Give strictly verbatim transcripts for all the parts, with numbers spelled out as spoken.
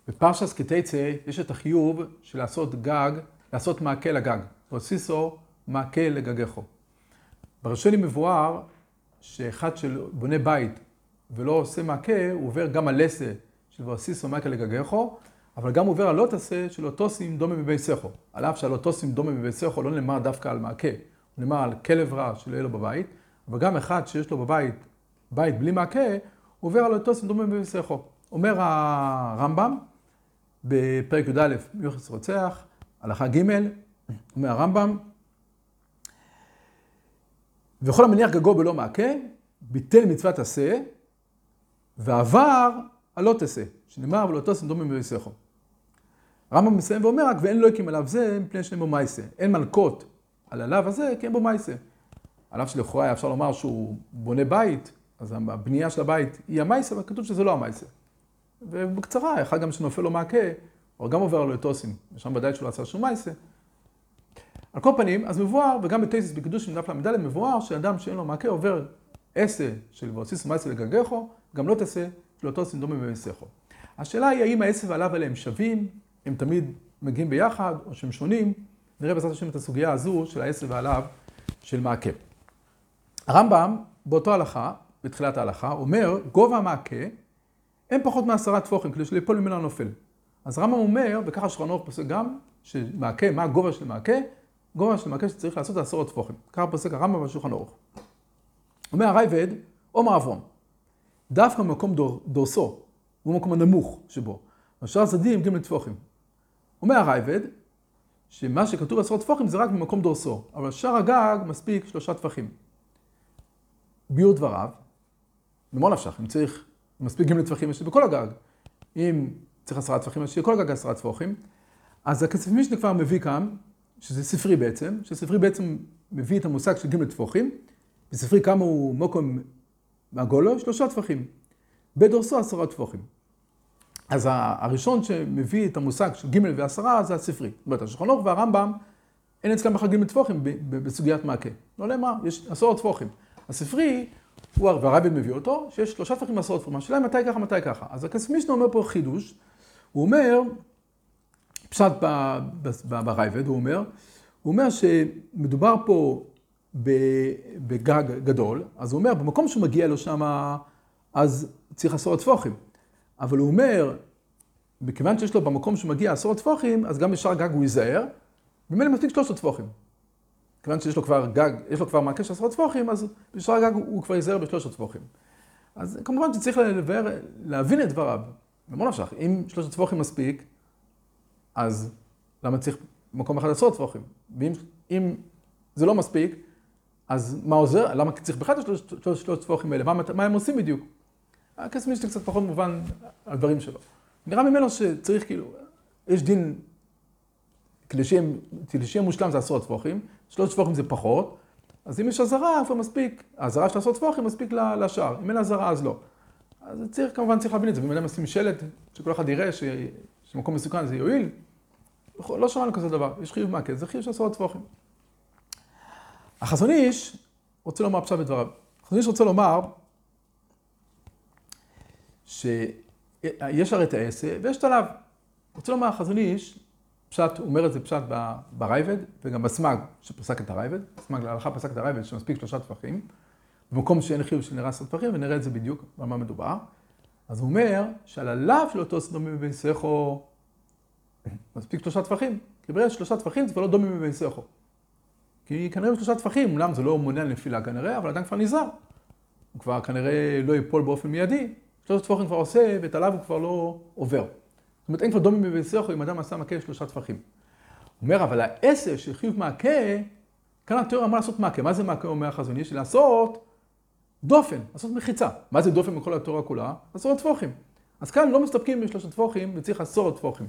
בפרשת כי תצא יש את החיוב של לעשות גג, לעשות מעקה לגג. ועשיסו מעקה לגגךו. בראשוני מבואר שאחד שבונה בית ולא עושה מעקה, הוא עובר גם על לסה של ועשיסו מעקה לגגךו, אבל גם עובר על לא תעשה של אוטוסים דומה מבייסךו. על אף שעל אוטוסים דומה מבייסךו לא נאמר דווקא על מעקה, הוא נאמר על כלב רע שלא יהיה לו בבית, אבל גם אחד שיש לו בבית, בית בלי מעקה, הוא עובר על אוטוסים דומה מבייסךו. אומר הרמב"ם בפרק י"א מיוחס רוצח, הלכה ג', אומר הרמב"ם, וכל המניח גגו בלא מעקה, ביטל מצוות עשה, ועבר על לא תעשה, שנאמר ולא תעשה דומה מבייסךו. הרמב"ם מסיים ואומר רק, ואין לא הקים עליו זה מפני שאין בו מייסה. אין מלכות על עליו הזה, כי אין בו מייסה. עליו שלכאורה אפשר לומר שהוא בונה בית, אז הבנייה של הבית היא המייסה, אבל כתוב שזה לא המייסה. ובקצרה, אחד גם שנופל לו מעקה, הוא גם עובר על אוטוסים, ושם בדית שלו עשה שום מייסה. על כל פנים, אז מבואר, וגם בתייסס בקדוש דף למ"ד מבואר, שאדם שאין לו מעקה עובר עשה של ועשיסו מייסה לגגךו, גם לא תעשה של אוטוסים דומה מבייסךו. השאלה היא האם העשה ועליו האלה הם שווים, הם תמיד מגיעים ביחד, או שהם שונים. נראה בעזרת השם את הסוגיה הזו של העשה ועליו של מעקה. הרמב"ם, באותו הלכה, בתחילת ההלכה, אומר, גובה המעקה הם פחות מעשרה טפוחים, כדי שליפול ממנו הנופל. אז הרמב"ם אומר, וככה שולחן ערוך פוסק גם, שמעקה, מה הגובה של מעקה? גובה של מעקה שצריך לעשות עשרות טפוחים. ככה פוסק הרמב"ם בשולחן ערוך. אומר הרייבד, עומר אברהם, דווקא במקום דור, דורסו, הוא המקום הנמוך שבו, בשאר הצדדים ג' טפוחים. אומר הרייבד, שמה שכתוב עשרות טפוחים זה רק במקום דורסו, אבל שאר הגג מספיק שלושה טפחים. ביור דבריו, במה נפשך, אם צריך, מספיק ג' טפחים יש לי בכל הגג. אם צריך עשרה טפחים יש לי בכל הגג עשרה טפוחים, אז הכסף משנה כבר מביא כאן, שזה ספרי בעצם, שספרי בעצם מביא את המושג של ג' טפוחים, וספרי כמה הוא מוקום מהגולו, שלושה טפחים. בדורסו עשרה טפוחים. אז הראשון שמביא את המושג של ג' ועשרה זה הספרי. זאת אומרת, השולחן ערוך והרמב"ם, אין אצלם בכלל ג' טפוחים בסוגיית מעקה. לא למה, יש עשרות טפוחים. הספרי, הוא והרייבד מביא אותו, שיש שלושה טפחים עשרות טפוחים. השאלה מתי ככה, מתי ככה. אז הכסף משנה אומר פה חידוש, הוא אומר, פשט ברייבד, הוא אומר, הוא אומר שמדובר פה בגג גדול, אז הוא אומר, במקום שהוא מגיע לו שם, אז צריך עשרות טפוחים. אבל הוא אומר, מכיוון שיש לו במקום שהוא מגיע עשרות טפוחים, אז גם בשאר גג הוא ייזהר, ומילא מספיק שלושת טפוחים. כיוון שיש לו כבר גג, יש לו כבר מעקה של עשרות טפוחים, אז בשאר גג הוא כבר ייזהר בשלושת טפוחים. אז כמובן שצריך להבין, להבין את דבריו. במה נפשך, אם שלושת טפוחים מספיק, אז למה צריך מקום אחד עשרות טפוחים? ואם אם זה לא מספיק, אז מה עוזר? למה צריך בכלל את שלושת טפוחים האלה? מה, מה הם עושים בדיוק? הכסף משנה קצת פחות מובן על דברים שלו. נראה ממנו שצריך כאילו, יש דין, כדי שיהיה מושלם זה עשרות טפוחים, שלושת טפוחים זה פחות, אז אם יש עזרה, כבר מספיק, העזרה של עשרות טפוחים מספיק לשאר, אם אין עזרה אז לא. אז צריך, כמובן צריך להבין את זה, ואם אדם עושים שלט, שכל אחד יראה ש... שמקום מסוכן זה יועיל, לא שמענו כזה דבר, יש חיוב מעקה, זה חיוב של עשרות טפוחים. החזון איש רוצה לומר פשט בדבריו. החזון איש רוצה לומר, שיש הרי את העשה ויש את עליו. רוצה לומר, החזון איש, פשט, הוא אומר את זה פשט ברייבד, וגם בסמג שפסק את הרייבד, בסמג להלכה פסק את הרייבד שמספיק שלושה טפחים, במקום שאין חיוב שנראה עשרה טפחים, ונראה את זה בדיוק על מה מדובר. אז הוא אומר שעל עליו של אותו דומה מבייסךו, מספיק שלושה טפחים, כי ברגע שלושה טפחים זה כבר לא דומה מבייסךו. כי כנראה בשלושה טפחים, אולם זה לא מונע נפילה כנראה, אבל אדם כבר נזהר. הוא כבר כנראה לא ייפול באופן מיידי, שלושה טפחים כבר עושה, ואת עליו הוא כבר לא עובר. זאת אומרת, אין כבר דומה מבייסךו אם אדם עשה מעקה שלושה טפחים. הוא אומר, אבל העשר של חיוב מעקה, כאן התיאוריה אמרה לעשות מעקה. מה זה מעקה אומר החזון איש? לעשות דופן, לעשות מחיצה. מה זה דופן מכל התיאוריה כולה? עשרות טפוחים. אז כאן לא מסתפקים בשלושה טפוחים, וצריך עשרות טפוחים.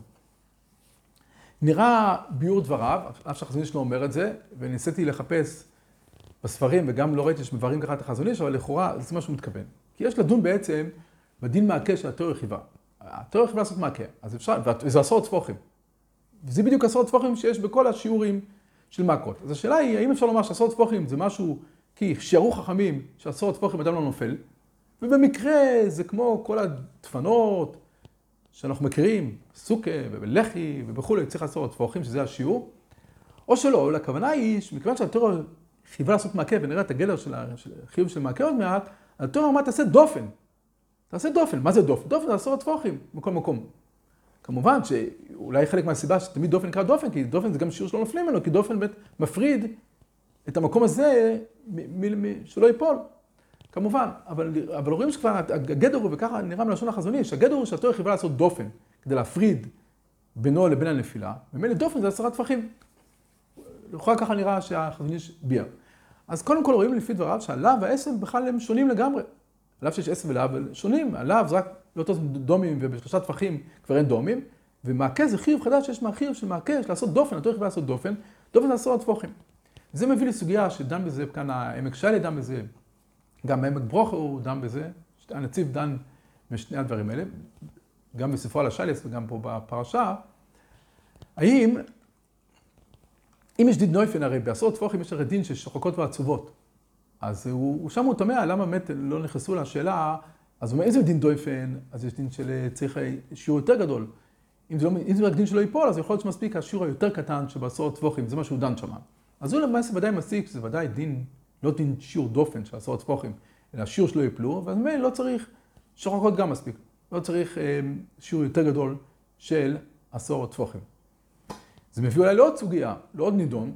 נראה ביור דבריו, אף שהחזון איש לא אומר את זה, וניסיתי לחפש בספרים, וגם לא ראיתי שמברים ככה את החזון איש, אבל לכאורה זה מה שהוא מתכוון. כי יש לדון בעצם בדין מעקה של התיאוריה חיבה. התיאוריה חיבה לעשות מעקה, אז אפשר, וזה עשרות טפוחים. וזה בדיוק עשרות טפוחים שיש בכל השיעורים של מעקות. אז השאלה היא, האם אפשר לומר שעשרות טפוחים זה משהו, כי שיערו חכמים שעשרות טפוחים אדם לא נופל, ובמקרה זה כמו כל הדפנות, שאנחנו מכירים, סוכה ובלחי ובכולי, צריך לעשות טפוחים, שזה השיעור, או שלא, אבל הכוונה היא, מכיוון שהתורה חייבה לעשות מעקה, ונראה את הגדר של החיוב של מעקה עוד מעט, התורה אומרת, תעשה דופן. תעשה דופן. מה זה דופן? דופן זה לעשות טפוחים בכל מקום. כמובן שאולי חלק מהסיבה שתמיד דופן נקרא דופן, כי דופן זה גם שיעור שלא נופלים ממנו, כי דופן באמת מפריד את המקום הזה שלא ייפול. כמובן, אבל, אבל רואים שכבר הגדר הוא, וככה נראה מלשון החזוני, שהגדר הוא שהתורה חייבה לעשות דופן, כדי להפריד בינו לבין הנפילה, ומילא דופן זה עשרה טפחים. לכאורה ככה נראה שהחזוני ביאר. אז קודם כל רואים לפי דבריו שהלאו והעשב בכלל הם שונים לגמרי. הלאו שיש עשב ולאו שונים, הלאו זה רק לאותו דומים ובשלושה טפחים כבר אין דומים, ומעקה זה חיוב חדש שיש מהחיוב של מעקה, של לעשות דופן, התורה חייבה לעשות דופן, דופן זה עשרה טפחים. זה מביא לסוגיה שדן בזה, כאן העמק שלי דן בזה, גם העמק ברוכר הוא דן בזה, הנציב דן בשני הדברים האלה, גם בספרו על השליס וגם פה בפרשה. האם, אם יש דין נויפן, הרי בעשרות טפוחים יש הרי דין של שוחקות ועצובות, אז הוא, הוא שם הוא תמה, למה באמת לא נכנסו לשאלה, אז הוא אומר, איזה דין דויפן, אז יש דין של צריך שיעור יותר גדול. אם זה, לא, אם זה רק דין שלא ייפול, אז יכול להיות שמספיק השיעור היותר קטן שבעשרות טפוחים, זה מה שהוא דן שם. אז הוא למעשה ודאי מסיק שזה ודאי דין, לא דין שיעור דופן של עשרות טפוחים, אלא שיעור שלא ייפלו, ואז מילא לא צריך שוחקות גם מספיק, לא צריך אה, שיעור יותר גדול של עשרות טפוחים. זה מביא אולי לעוד סוגיה, לעוד נידון.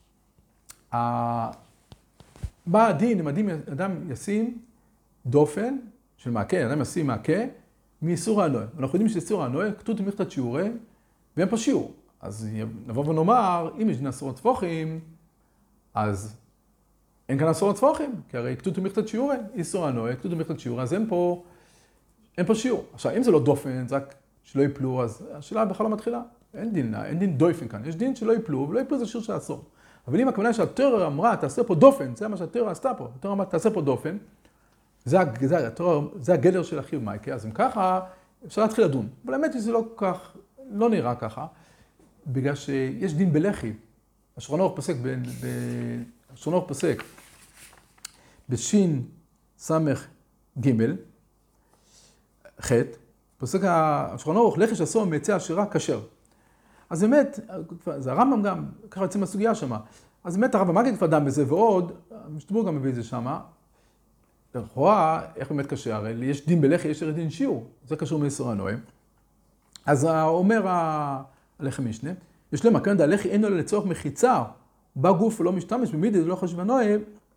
מה הדין אם אדם ישים דופן של מעקה, אדם ישים מעקה מאיסור הנועה. אנחנו יודעים שאיסור הנועה כתוב במכתת שיעורי, ואין פה שיעור. אז נבוא ונאמר, אם יש דין עשרות טפוחים, אז אין כאן עשרות טפוחים, כי הרי כתוב במכתת שיעורי, איסור הנועה, כתוב במכתת שיעורי, אז אין פה, אין פה שיעור. עכשיו, אם זה לא דופן, זה רק שלא ייפלו, אז השאלה בכלל לא מתחילה. אין דין, אין דין דויפן כאן, יש דין שלא ייפלו, ולא ייפלו זה שיעור של עשור. אבל אם הכוונה שהתורה אמרה, תעשה פה דופן, זה מה שהתורה עשתה פה, התורה אמרה, תעשה פה דופן, זה, זה, התורה, זה הגדר של החיוב מייקה, אז אם ככה, אפשר להתחיל לדון. אבל האמת היא שזה לא כך, לא נראה ככה, בגלל שיש דין בלחי. השולחן ערוך פוסק, ב, ב, השולחן ערוך פוסק, בשין סמך ג' ח', פוסק השולחן ערוך, לחי שעשו מעצי עשירה כשר. אז באמת, זה הרמב"ם גם, ככה יוצאים מהסוגיה שמה. אז באמת הרב המגיד כבר דן בזה, ועוד, המשתמור גם מביא את זה שמה. לכאורה, איך באמת קשה? הרי יש דין בלחי, יש דין שיעור. זה קשור מאיסור הנועה. אז אומר הלחם משנה, יש להם הכוונה, הלחי אין לו לצורך מחיצה, בגוף ולא משתמש, במידי זה לא חשוב הנועה.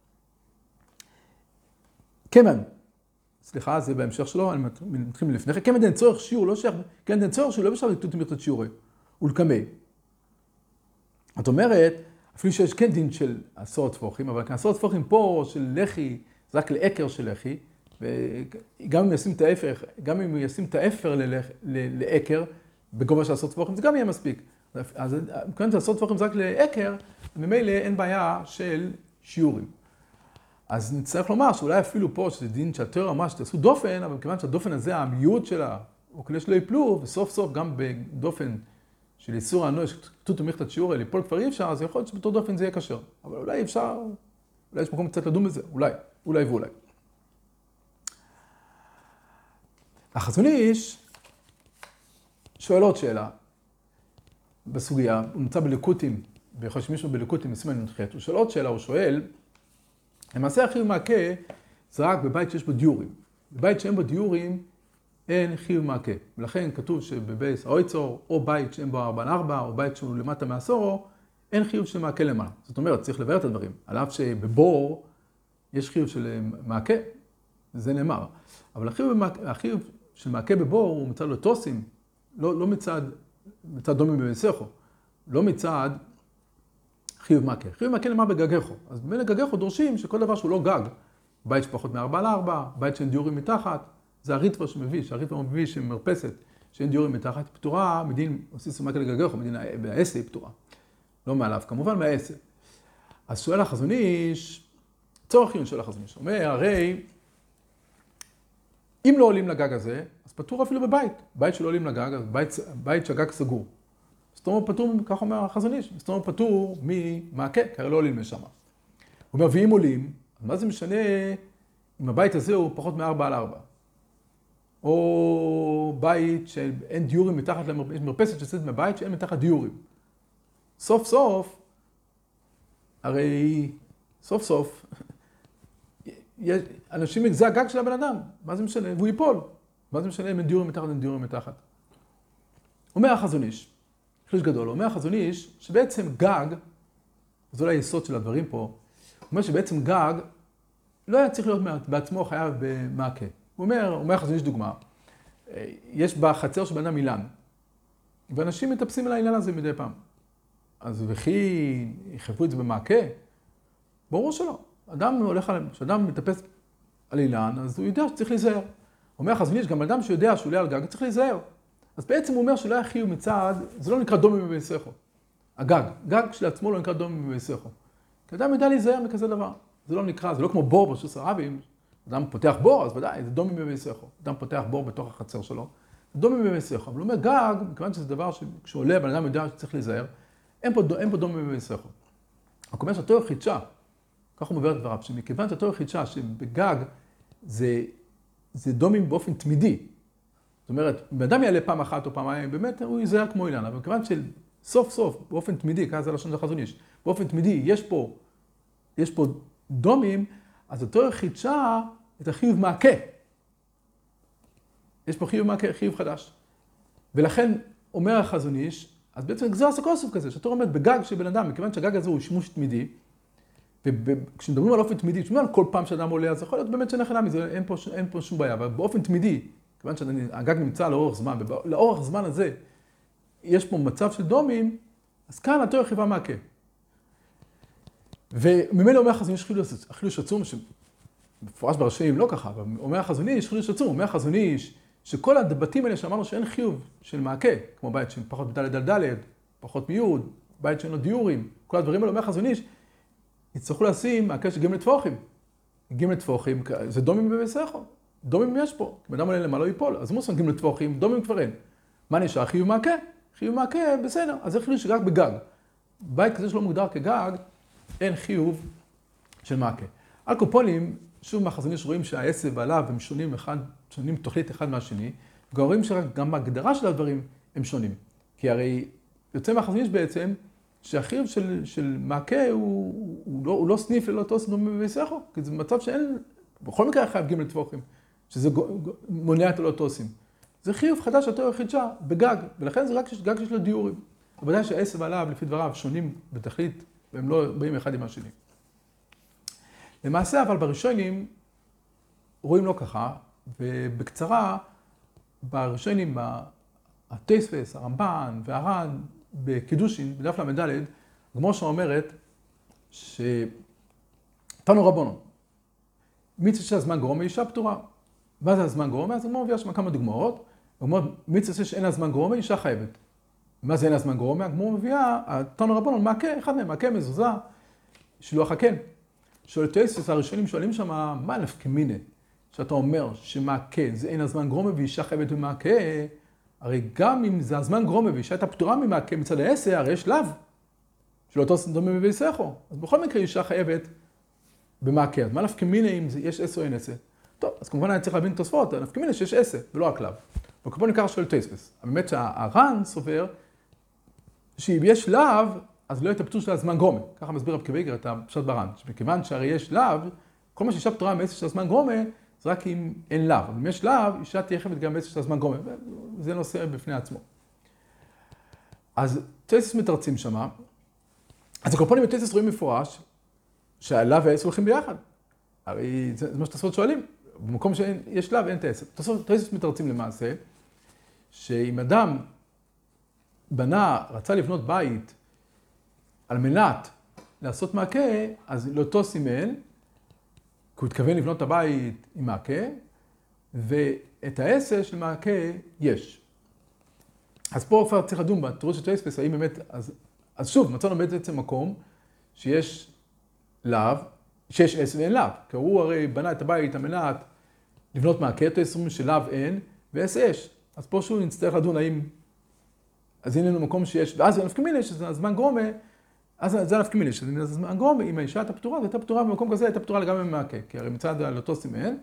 כמן, סליחה, זה בהמשך שלו, אני מתחיל מלפני כן, כמן דין צורך שיעור, לא שייך, כמן דין צורך שיעור, לא בשביל לתות מרתת שיעורי. ולקמי. את אומרת, אפילו שיש כן דין של עשרות טפוחים, אבל כאן עשרות טפוחים פה של לחי, זה רק לעקר של לחי, וגם אם ישים את האפר, גם אם ישים את האפר לעקר, בגובה של עשרות טפוחים, זה גם יהיה מספיק. אז כאן עשרות טפוחים זה רק לעקר, ממילא אין בעיה של שיעורים. אז נצטרך לומר שאולי אפילו פה, שזה דין שהתורה אמרה שתעשו דופן, אבל כיוון שהדופן הזה, המיעוט שלה, הוא כדי שלא ייפלו, וסוף סוף גם בדופן של איסור הנועה, שכתוב במכתת שיעורי, ליפול כבר אי אפשר, אז יכול להיות שבתור דופן זה יהיה קשר. אבל אולי אפשר, אולי יש מקום קצת לדון בזה, אולי, אולי ואולי. החזון איש שואל עוד שאלה בסוגיה, הוא נמצא בליקוטים, ויכול שמישהו בליקוטים בסימן נ"ח, הוא שואל עוד שאלה, הוא שואל, למעשה החיוב מעקה זה רק בבית שיש בו דיורים. בבית שאין בו דיורים, אין חיוב מעקה. ולכן כתוב שבבייס האויצור, או בית שאין בו ארבע ארבע, או בית שהוא למטה מעשורו, אין חיוב של מעקה למעלה. זאת אומרת, צריך לבאר את הדברים. על אף שבבור יש חיוב של מעקה, זה נאמר. אבל החיוב, החיוב של מעקה בבור הוא מצד לטוסים, לא, לא מצד, מצד דומי במסכו, לא מצד חיוב מעקה. חיוב מעקה נאמר בגגךו. אז בין הגגךו דורשים שכל דבר שהוא לא גג, בית שפחות מארבע לארבע, בית שאין דיורים מתחת, זה הריטב"א שמביא, שהריטב"א מביא שמרפסת, שאין דיורים מתחת, פטורה מדין, עושים סומקה לגגךו, מדין העשה היא פטורה. לא מעליו, כמובן מהעשה. אז שואל החזון איש, צורך עיון של החזון איש, אומר, הרי, אם לא עולים לגג הזה, אז פטור אפילו בבית. בית שלא עולים לגג, אז בית, בית שהגג סגור. זאת אומרת, פטור, כך אומר החזון איש, זאת אומרת, פטור ממעקה, כי הרי לא עולים משם. הוא אומר, ואם עולים, אז מה זה משנה אם הבית הזה הוא פחות מארבע על ארבע? או בית שאין דיורים מתחת, יש מרפסת שיוצאת מהבית שאין מתחת דיורים. סוף סוף, הרי סוף סוף, אנשים, זה הגג של הבן אדם, מה זה משנה? והוא ייפול. מה זה משנה אם אין דיורים מתחת, אין דיורים מתחת. אומר החזון איש, חידוש גדול, אומר החזון איש, שבעצם גג, זה אולי היסוד של הדברים פה, הוא אומר שבעצם גג לא היה צריך להיות בעצמו חייב במעקה. הוא אומר, אומר החזון איש דוגמה, יש בחצר של בן אדם אילן, ואנשים מטפסים על האילן הזה מדי פעם. אז וכי יחפו את זה במעקה? ברור שלא. אדם הולך על, כשאדם מטפס על אילן, אז הוא יודע שצריך להיזהר. אומר החזון איש, גם אדם שיודע שהוא עולה על גג, צריך להיזהר. אז בעצם הוא אומר שלא היה חיוב מצד, זה לא נקרא דומי מבייסכו. הגג, גג שלעצמו לא נקרא דומי מבייסכו. כי אדם ידע להיזהר מכזה דבר. זה לא נקרא, זה לא כמו בור ברשות הרבים. אדם פותח בור, אז ודאי, זה דומי מבייסכו. אדם פותח בור בתוך החצר שלו, זה דומי מבייסכו. אבל הוא אומר גג, מכיוון שזה דבר שכשעולה, בן אדם יודע שצריך להיזהר, אין פה, אין פה דומי מבייסכו. הוא אומר שהתיאור חידשה, כך הוא מבאר את דבריו, שמכיוון שהתיאור חידשה שבגג זה, זה דומים באופן תמידי. זאת אומרת, אם אדם יעלה פעם אחת או פעמיים, באמת הוא ייזהר כמו אילן, אבל מכיוון שסוף סוף, באופן תמידי, ככה זה לשון של החזון איש, באופן תמידי, יש פה, יש פה דומים, אז התיאור חידשה את החיוב מעקה. יש פה חיוב מעקה, חיוב חדש. ולכן אומר החזון איש, אז בעצם זה הסקוסוף כזה, שהתיאור עומד בגג של בן אדם, מכיוון שהגג הזה הוא שימוש תמידי, וכשמדברים על אופן תמידי, כשמדברים על כל פעם שאדם עולה, אז יכול להיות באמת שאין חינם מזה, אין פה, אין פה שום בעיה, אבל באופן תמידי, כיוון שהגג נמצא לאורך זמן, ולאורך זמן הזה יש פה מצב של דומים, אז כאן התיאור חיבה מעקה. וממילא אומר החזון איש חידוש עצום, שמפורש בראשיים לא ככה, אבל אומר החזון איש חידוש עצום, אומר החזון איש שכל הבתים האלה שאמרנו שאין חיוב של מעקה, כמו בית של פחות מדלת על דלת, פחות מיוד, בית שאין לו דיורים, כל הדברים האלה אומר החזון איש, יצטרכו לשים מעקה של גימל טפוחים. גימל טפוחים, זה דומים בבייסכו. דומים יש פה. כי אדם עולה למה לא ייפול. אז מוסן גימל טפוחים, דומים כבר אין. מה נשאר? חיוב מעקה. חיוב מעקה, בסדר. אז זה חיוב שגג בגג. בית כזה שלא מוגדר כגג, אין חיוב של מעקה. על קופולים, שוב מהחזון איש רואים שהעשב ועליו הם שונים אחד, שונים תוכנית אחד מהשני, וגם רואים שגם בהגדרה של הדברים הם שונים. כי הרי יוצא מהחזון איש בעצם, שהחיוב של, של מעקה הוא, הוא, לא, הוא לא סניף ללא תוס דומי בבייסכו, כי זה מצב שאין, בכל מקרה חייב גימל טפוחים, שזה מונע את הלא תוסים. זה חיוב חדש שהתיאור חידשה בגג, ולכן זה רק גג שיש לו דיורים. ובוודאי שהעשב עליו, לפי דבריו, שונים בתכלית, והם לא באים אחד עם השני. למעשה, אבל בראשונים, רואים לא ככה, ובקצרה, בראשונים, התוספות, הרמב"ן והר"ן, בקידושין, בדף למדלת, הגמרא שם אומרת שתנו רבנו, מצווה של הזמן גורם אישה פטורה. מה זה הזמן גורם? אז הגמרא מביאה שם כמה דוגמאות. הגמרא מצווה שאין לה זמן גורם, אישה חייבת. מה זה אין לה זמן גורם? הגמרא מביאה, תנו רבנו, מעקה, אחד מהם, מעקה מזוזה, שלוח הקן. שואל תוספות, הראשונים שואלים שם, מה נפקא מינה? שאתה אומר שמעקה זה אין לה זמן גורם ואישה חייבת במעקה, הרי גם אם זה הזמן גרומה ואישה הייתה פטורה ממעקה מצד העשר, הרי יש לאו של אותו דומה מבייסכו. אז בכל מקרה אישה חייבת במעקה. אז מה נפקא מינה אם יש עשר או אין עשר? טוב, אז כמובן אני צריך להבין תוספות, נפקא מינה שיש עשר ולא רק לאו. וכמובן נקרא שואל תוספות. באמת שהר"ן סובר שאם יש לאו, אז לא יהיה את הפטור של הזמן גרומה. ככה מסביר רב קוויגר את הפשט בר"ן. שמכיוון שהרי יש לאו, כל מה שאישה פטורה מעשר של הזמן גרומה, זה רק אם אין לאו. אבל אם יש לאו, אישה תהיה חייבת גם בעשר של הזמן גרומה. זה נושא בפני עצמו. אז תוספות מתרצים שמה. אז הקופונים בתוספות רואים מפורש שהלאו והעשר הולכים ביחד. הרי זה מה שתוספות שואלים. במקום שיש לאו אין את העשר. תוספות מתרצים למעשה, שאם אדם בנה, רצה לבנות בית על מנת לעשות מעקה, אז לאותו סימן, כי הוא התכוון לבנות את הבית עם מעקה, ואת העשר של מעקה יש. אז פה כבר צריך לדון בתירוץ של תוספות, האם באמת, אז, אז שוב, מצאנו בעצם מקום שיש לאו, שיש עשר ואין לאו, כי הוא הרי בנה את הבית על מנת לבנות מעקה, תוספות של לאו אין, ועשר יש. אז פה שוב נצטרך לדון האם, אז הנה לנו מקום שיש, ואז זה נפקא מינה, שזה הזמן גרומה, אז זה נפקא מינה, שזה הזמן גרומה, אם האישה הייתה פטורה, הייתה פטורה במקום כזה, הייתה פטורה לגמרי ממעקה, כי הרי מצד על אותו סימן,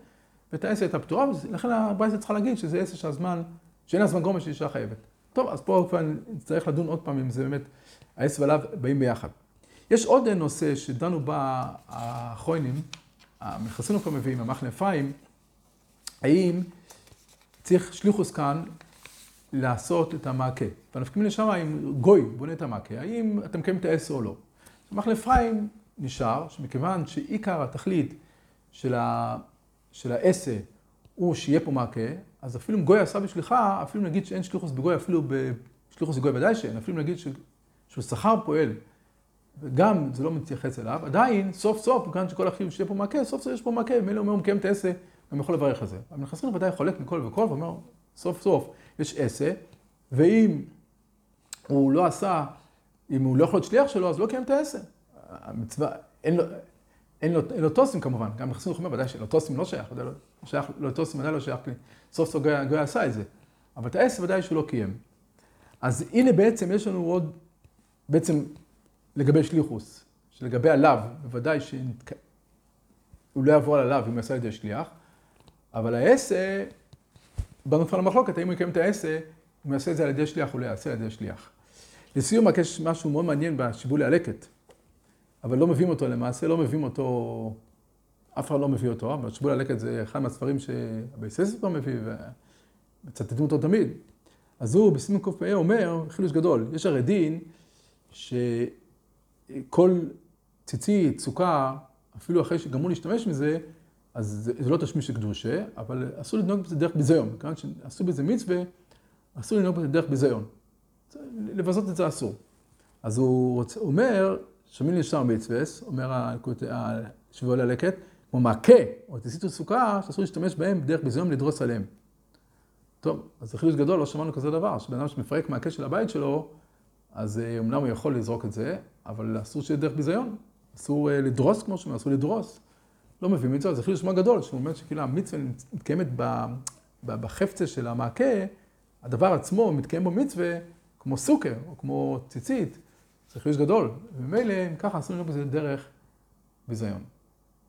ואת העשה הייתה פטורה, ולכן הברייתא צריכה להגיד שזה עשה שהזמן, שאין הזמן גורמה שאישה חייבת. טוב, אז פה כבר נצטרך לדון עוד פעם אם זה באמת, העשה והלאו באים ביחד. יש עוד נושא שדנו בה האחרונים, המכסינו פה מביאים, המחנה אפרים, האם צריך שליחוס כאן לעשות את המעקה. ונפקים לשם אם גוי בונה את המעקה, האם אתה מקיים את העשה או לא. המחנה אפרים נשאר, שמכיוון שעיקר התכלית של, ה... של העשה הוא שיהיה פה מעקה, אז אפילו אם גוי עשה בשליחה, אפילו נגיד שאין שליחוס בגוי, אפילו בשליחוס בגוי ודאי שאין, אפילו נגיד ש... שהוא שכר פועל, וגם זה לא מתייחס אליו, עדיין סוף סוף, מכאן שכל החיוב שיהיה פה מעקה, סוף סוף יש פה מעקה, ומילא אומר הוא מקיים את העשה, גם יכול לברך על זה. אבל מכסינו ודאי חולק מכל וכל, ואומר סוף סוף יש עשה, ואם הוא לא עשה, אם הוא לא יכול להיות שליח שלו, אז לא קיים את העשה. המצווה, אין לו, אין לו, אין לו תוסים כמובן, גם מכסינו אומר ודאי שלא תוסים לא שייך, לא שייך, לא תוסים ודאי לא שייך, סוף סוף גוי, גוי עשה את זה. אבל את העשה ודאי שהוא לא קיים. אז הנה בעצם יש לנו עוד, בעצם לגבי שליחוס, שלגבי עליו, בוודאי שהוא לא יעבור על עליו אם הוא יעשה את זה שליח, אבל העשה, באנו כבר למחלוקת, האם הוא יקיים את העשה, אם הוא יעשה את זה על ידי שליח או לא יעשה על ידי שליח. לסיום, רק יש משהו מאוד מעניין בשיבולי הלקט, אבל לא מביאים אותו למעשה, לא מביאים אותו, אף אחד לא מביא אותו, אבל שיבולי הלקט זה אחד מהספרים שהבייסס כבר מביא, ומצטטים אותו תמיד. אז הוא בסימן קפ"א אומר, חידוש גדול, יש הרי דין שכל ציצית, סוכר, אפילו אחרי שגמרו להשתמש מזה, אז זה, זה לא תשמיש לקדושה, אבל אסור לנהוג בזה דרך ביזיון. כיוון שעשו בזה מצווה, אסור לנהוג בזה דרך ביזיון. לבזות את זה אסור. אז הוא רוצה, אומר, שמין לשם מצווה, אומר השבוע ללקט, כמו מעקה, או ציצית סוכר, שאסור להשתמש בהם בדרך ביזיון לדרוס עליהם. טוב, אז זה חידוש גדול, לא שמענו כזה דבר, שבן אדם שמפרק מעקה של הבית שלו, אז אמנם הוא יכול לזרוק את זה, אבל אסור שיהיה דרך ביזיון. אסור לדרוס כמו שאומר, אסור לדרוס. לא מביאים את זה, אז זה חידוש מאוד גדול, שהוא אומר שכאילו המצווה מתקיימת בחפצה של המעקה, הדבר עצמו מתקיים במצווה כמו סוכר או כמו ציצית, זה חידוש גדול, ומילא ככה אסור לנהוג בזה דרך ביזיון.